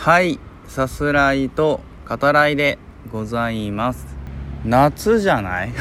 はい、さすらいと語らいでございます。夏じゃない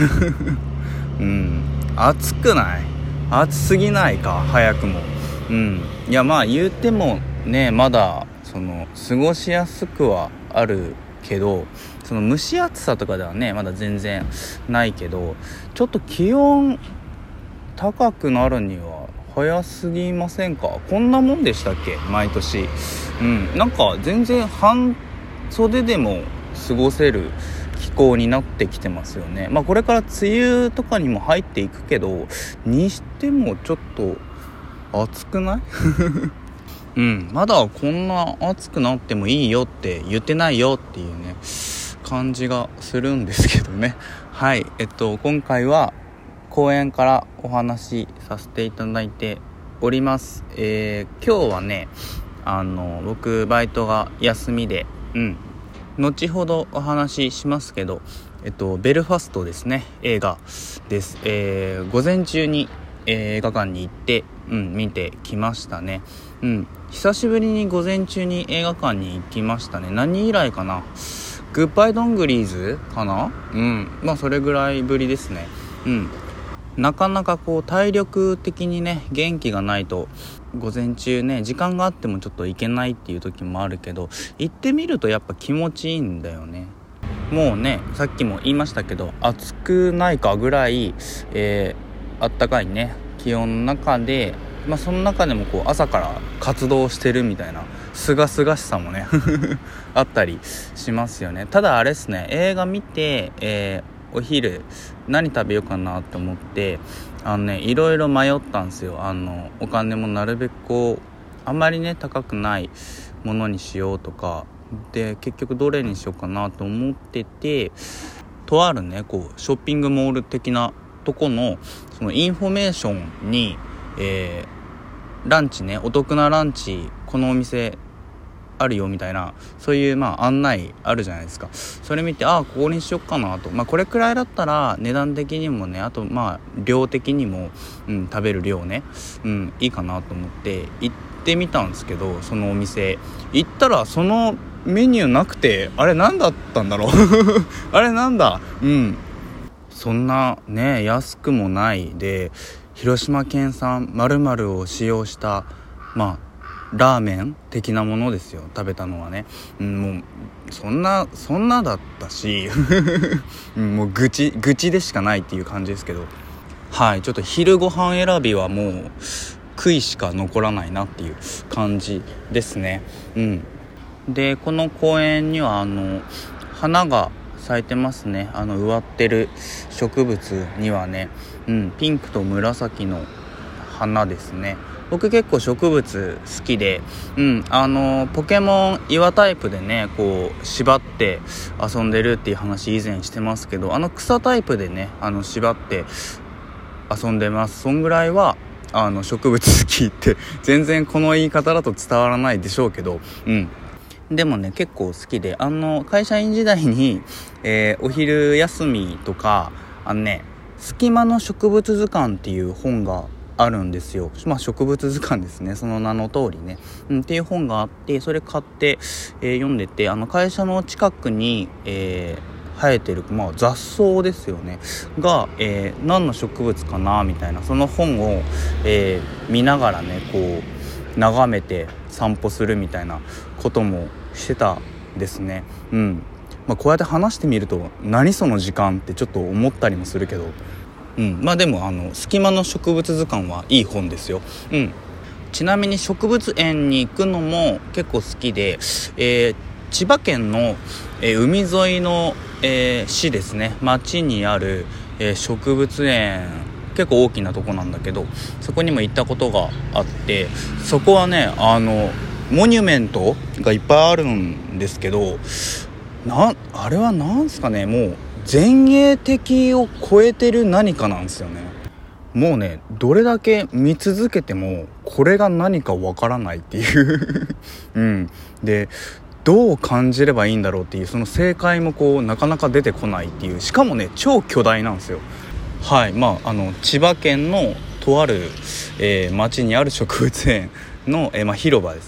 暑くない？暑すぎないか、早くも。いや、まあ言うてもね、まだ過ごしやすくはあるけど、その蒸し暑さとかではねまだ全然ないけど、ちょっと気温高くなるには早すぎませんか？こんなもんでしたっけ、毎年。なんか全然半袖でも過ごせる気候になってきてますよね。これから梅雨とかにも入っていくけど、にしてもちょっと暑くない？まだこんな暑くなってもいいよって言ってないよっていうね感じがするんですけどね。はい、今回は公園からお話しさせていただいております。今日はね僕バイトが休みで、後ほどお話ししますけど、ベルファストですね、映画です。午前中に映画館に行って、見てきましたね。久しぶりに午前中に映画館に行きましたね。何以来かな、グッバイドングリーズかな。それぐらいぶりですね。なかなか体力的にね元気がないと午前中ね時間があってもちょっと行けないっていう時もあるけど、行ってみるとやっぱ気持ちいいんだよね。もうねさっきも言いましたけど、暑くないかぐらい、あったかいね気温の中で、その中でも朝から活動してるみたいなすがすがしさもねあったりしますよね。ただあれですね、映画見て、お昼何食べようかなと思っていろいろ迷ったんですよ。お金もなるべくあまりね高くないものにしようとかで、結局どれにしようかなと思ってて、とあるねショッピングモール的なとこのそのインフォメーションに、ランチね、お得なランチこのお店あるよみたいな、そういう案内あるじゃないですか。それ見てここにしよっかなと、これくらいだったら値段的にもね、あと量的にも、食べる量ね、いいかなと思って行ってみたんですけど、そのお店行ったらそのメニューなくて、あれ何だったんだろうあれなんだ。そんなね安くもないで、広島県産〇〇を使用したラーメン的なものですよ、食べたのはね。もうそんなだったしもう愚痴でしかないっていう感じですけど、はい、ちょっと昼ご飯選びはもう悔いしか残らないなっていう感じですね。でこの公園には花が咲いてますね。植わってる植物にはね、ピンクと紫の花ですね。僕結構植物好きで、ポケモン岩タイプでね縛って遊んでるっていう話以前してますけど、草タイプでね縛って遊んでます。そんぐらいは植物好きって全然この言い方だと伝わらないでしょうけど、でもね結構好きで、会社員時代に、お昼休みとか隙間の植物図鑑っていう本があるんですよ。植物図鑑ですね、その名の通りね、っていう本があって、それ買って、読んでて、会社の近くに、生えてる、雑草ですよねが、何の植物かなみたいな、その本を、見ながらね眺めて散歩するみたいなこともしてたですね。こうやって話してみると何その時間ってちょっと思ったりもするけど、でも隙間の植物図鑑はいい本ですよ。ちなみに植物園に行くのも結構好きで、千葉県の、海沿いの、市ですね、町にある、植物園、結構大きなとこなんだけど、そこにも行ったことがあって、そこはねモニュメントがいっぱいあるんですけど、あれはなんすかね、もう前衛的を超えてる何かなんですよね。もうねどれだけ見続けてもこれが何かわからないっていうでどう感じればいいんだろうっていう、その正解もなかなか出てこないっていう、しかもね超巨大なんですよ。はい、千葉県のとある、町にある植物園の、広場ですね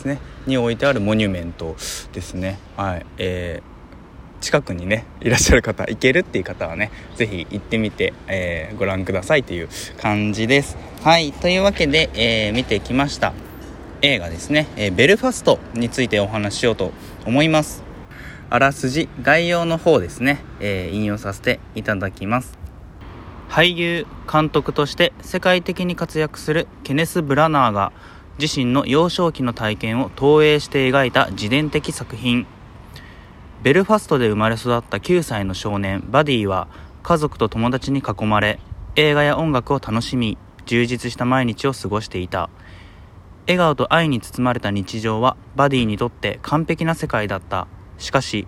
に置いてあるモニュメントですね。はい、近くにねいらっしゃる方、行けるっていう方はねぜひ行ってみて、ご覧くださいという感じです。はい、というわけで、見てきました映画ですね、ベルファストについてお話ししようと思います。あらすじ概要の方ですね、引用させていただきます。俳優監督として世界的に活躍するケネス・ブラナーが自身の幼少期の体験を投影して描いた自伝的作品。ベルファストで生まれ育った9歳の少年バディは家族と友達に囲まれ、映画や音楽を楽しみ充実した毎日を過ごしていた。笑顔と愛に包まれた日常はバディにとって完璧な世界だった。しかし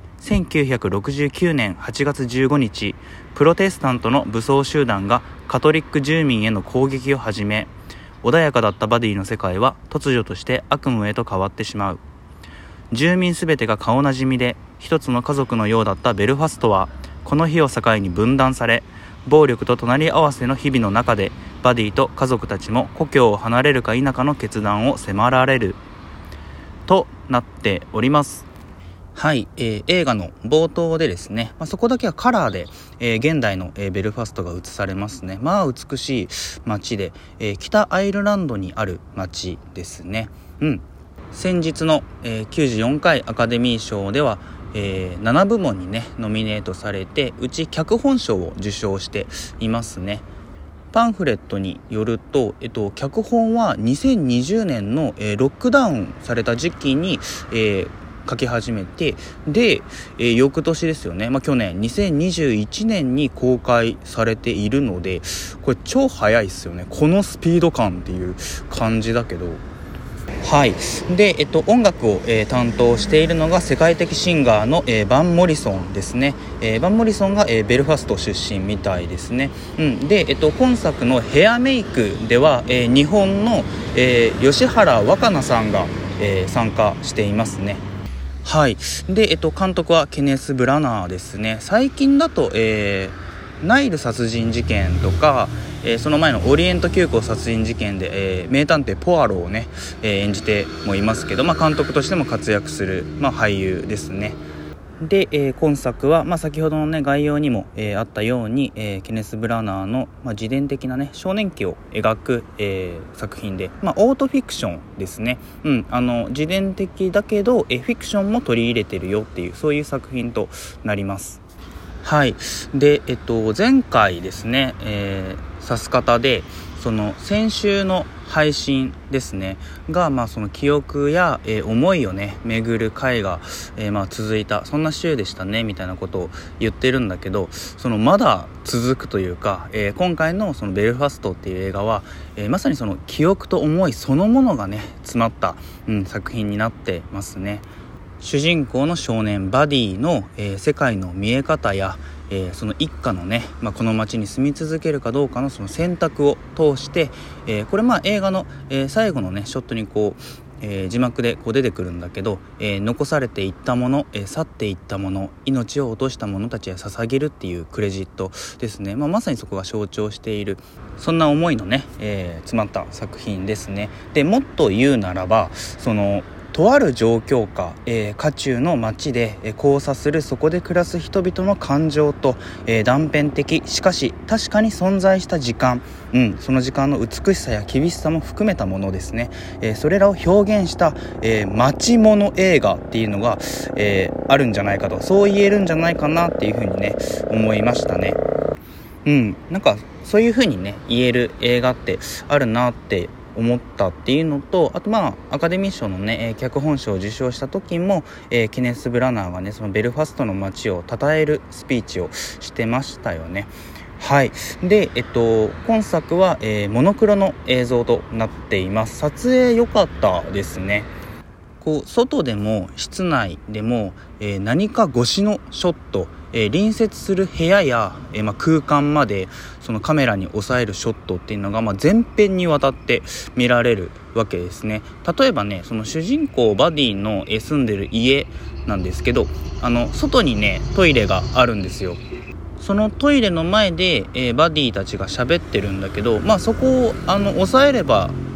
1969年8月15日、プロテスタントの武装集団がカトリック住民への攻撃を始め、穏やかだったバディの世界は突如として悪夢へと変わってしまう。住民すべてが顔なじみで一つの家族のようだったベルファストはこの日を境に分断され、暴力と隣り合わせの日々の中でバディと家族たちも故郷を離れるか否かの決断を迫られるとなっております。はい、映画の冒頭でですね、そこだけはカラーで、現代の、ベルファストが映されますね。美しい街で、北アイルランドにある街ですね。先日の、94回アカデミー賞では、7部門にねノミネートされて、うち脚本賞を受賞していますね。パンフレットによると、脚本は2020年の、ロックダウンされた時期に、書き始めて、で、翌年ですよね、去年2021年に公開されているので、これ超早いですよね。このスピード感っていう感じだけど、はい。で、音楽を、担当しているのが世界的シンガーの、バン・モリソンですね。バン・モリソンが、ベルファスト出身みたいですね。で、今作のヘアメイクでは、日本の、吉原若菜さんが、参加していますね。はい。で、監督はケネス・ブラナーですね。最近だと、ナイル殺人事件とか、その前のオリエント急行殺人事件で、名探偵ポアロをね、演じてもいますけど、監督としても活躍する、俳優ですね。で、今作は、先ほどのね概要にも、あったように、ケネス・ブラナーの、自伝的なね少年期を描く、作品で、オートフィクションですね。自伝的だけど、フィクションも取り入れてるよっていう、そういう作品となります。はい。で、前回ですね、さす方でその先週の配信ですねが、その記憶や、思いをね巡る回が、続いた、そんな週でしたねみたいなことを言ってるんだけど、そのまだ続くというか、今回のそのベルファストっていう映画は、まさにその記憶と思いそのものがね詰まった、作品になってますね。主人公の少年バディの、世界の見え方や、その一家のね、この街に住み続けるかどうかのその選択を通して、これ映画の、最後のねショットにこう、字幕でこう出てくるんだけど、残されていったもの、去っていったもの、命を落とした者たちへ捧げるっていうクレジットですね。まさにそこが象徴している、そんな思いのね、詰まった作品ですね。でもっと言うならば、そのとある状況下、渦中の街で、交差するそこで暮らす人々の感情と、断片的しかし確かに存在した時間、その時間の美しさや厳しさも含めたものですね。それらを表現した、街物映画っていうのが、あるんじゃないかと、そう言えるんじゃないかなっていうふうにね思いましたね。なんかそういうふうにね言える映画ってあるなって思ったっていうのと、あとアカデミー賞のね、脚本賞を受賞した時も、ケネス・ブラナーがねそのベルファストの街を称えるスピーチをしてましたよね。はい。で、今作は、モノクロの映像となっています。撮影良かったですね。こう外でも室内でも、何か越しのショット、隣接する部屋や、空間までそのカメラに収えるショットっていうのが、全編にわたって見られるわけですね。例えばね、その主人公バディの、住んでる家なんですけど、外にねトイレがあるんですよ。そのトイレの前で、バディたちが喋ってるんだけど、そこを抑えれば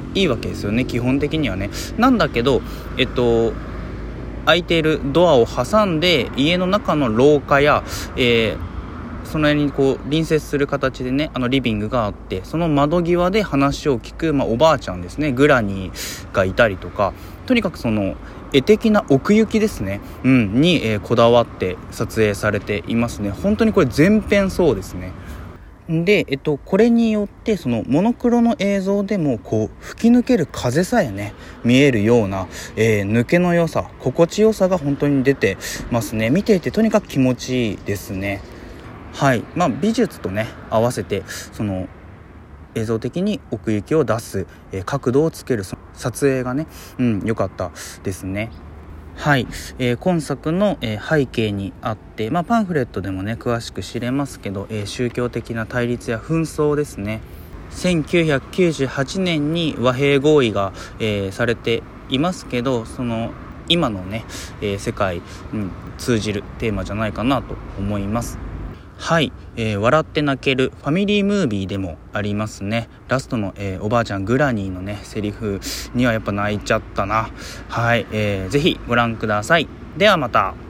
いいわけですよね、基本的にはね。なんだけど開いているドアを挟んで家の中の廊下や、その辺にこう隣接する形でねリビングがあって、その窓際で話を聞く、おばあちゃんですね、グラニーがいたりとか、とにかくその絵的な奥行きですね、に、こだわって撮影されていますね。本当にこれ全編そうですね。で、これによってそのモノクロの映像でもこう吹き抜ける風さえね見えるような、抜けの良さ、心地よさが本当に出てますね。見ていてとにかく気持ちいいですね。はい、美術とね合わせてその映像的に奥行きを出す、角度をつけるその撮影がね良かったですね。はい、今作の、背景にあって、パンフレットでもね詳しく知れますけど、宗教的な対立や紛争ですね。1998年に和平合意が、されていますけど、その今のね、世界、通じるテーマじゃないかなと思います。はい、笑って泣けるファミリームービーでもありますね。ラストの、おばあちゃんグラニーのねセリフにはやっぱ泣いちゃったな。はい、ぜひご覧ください。ではまた。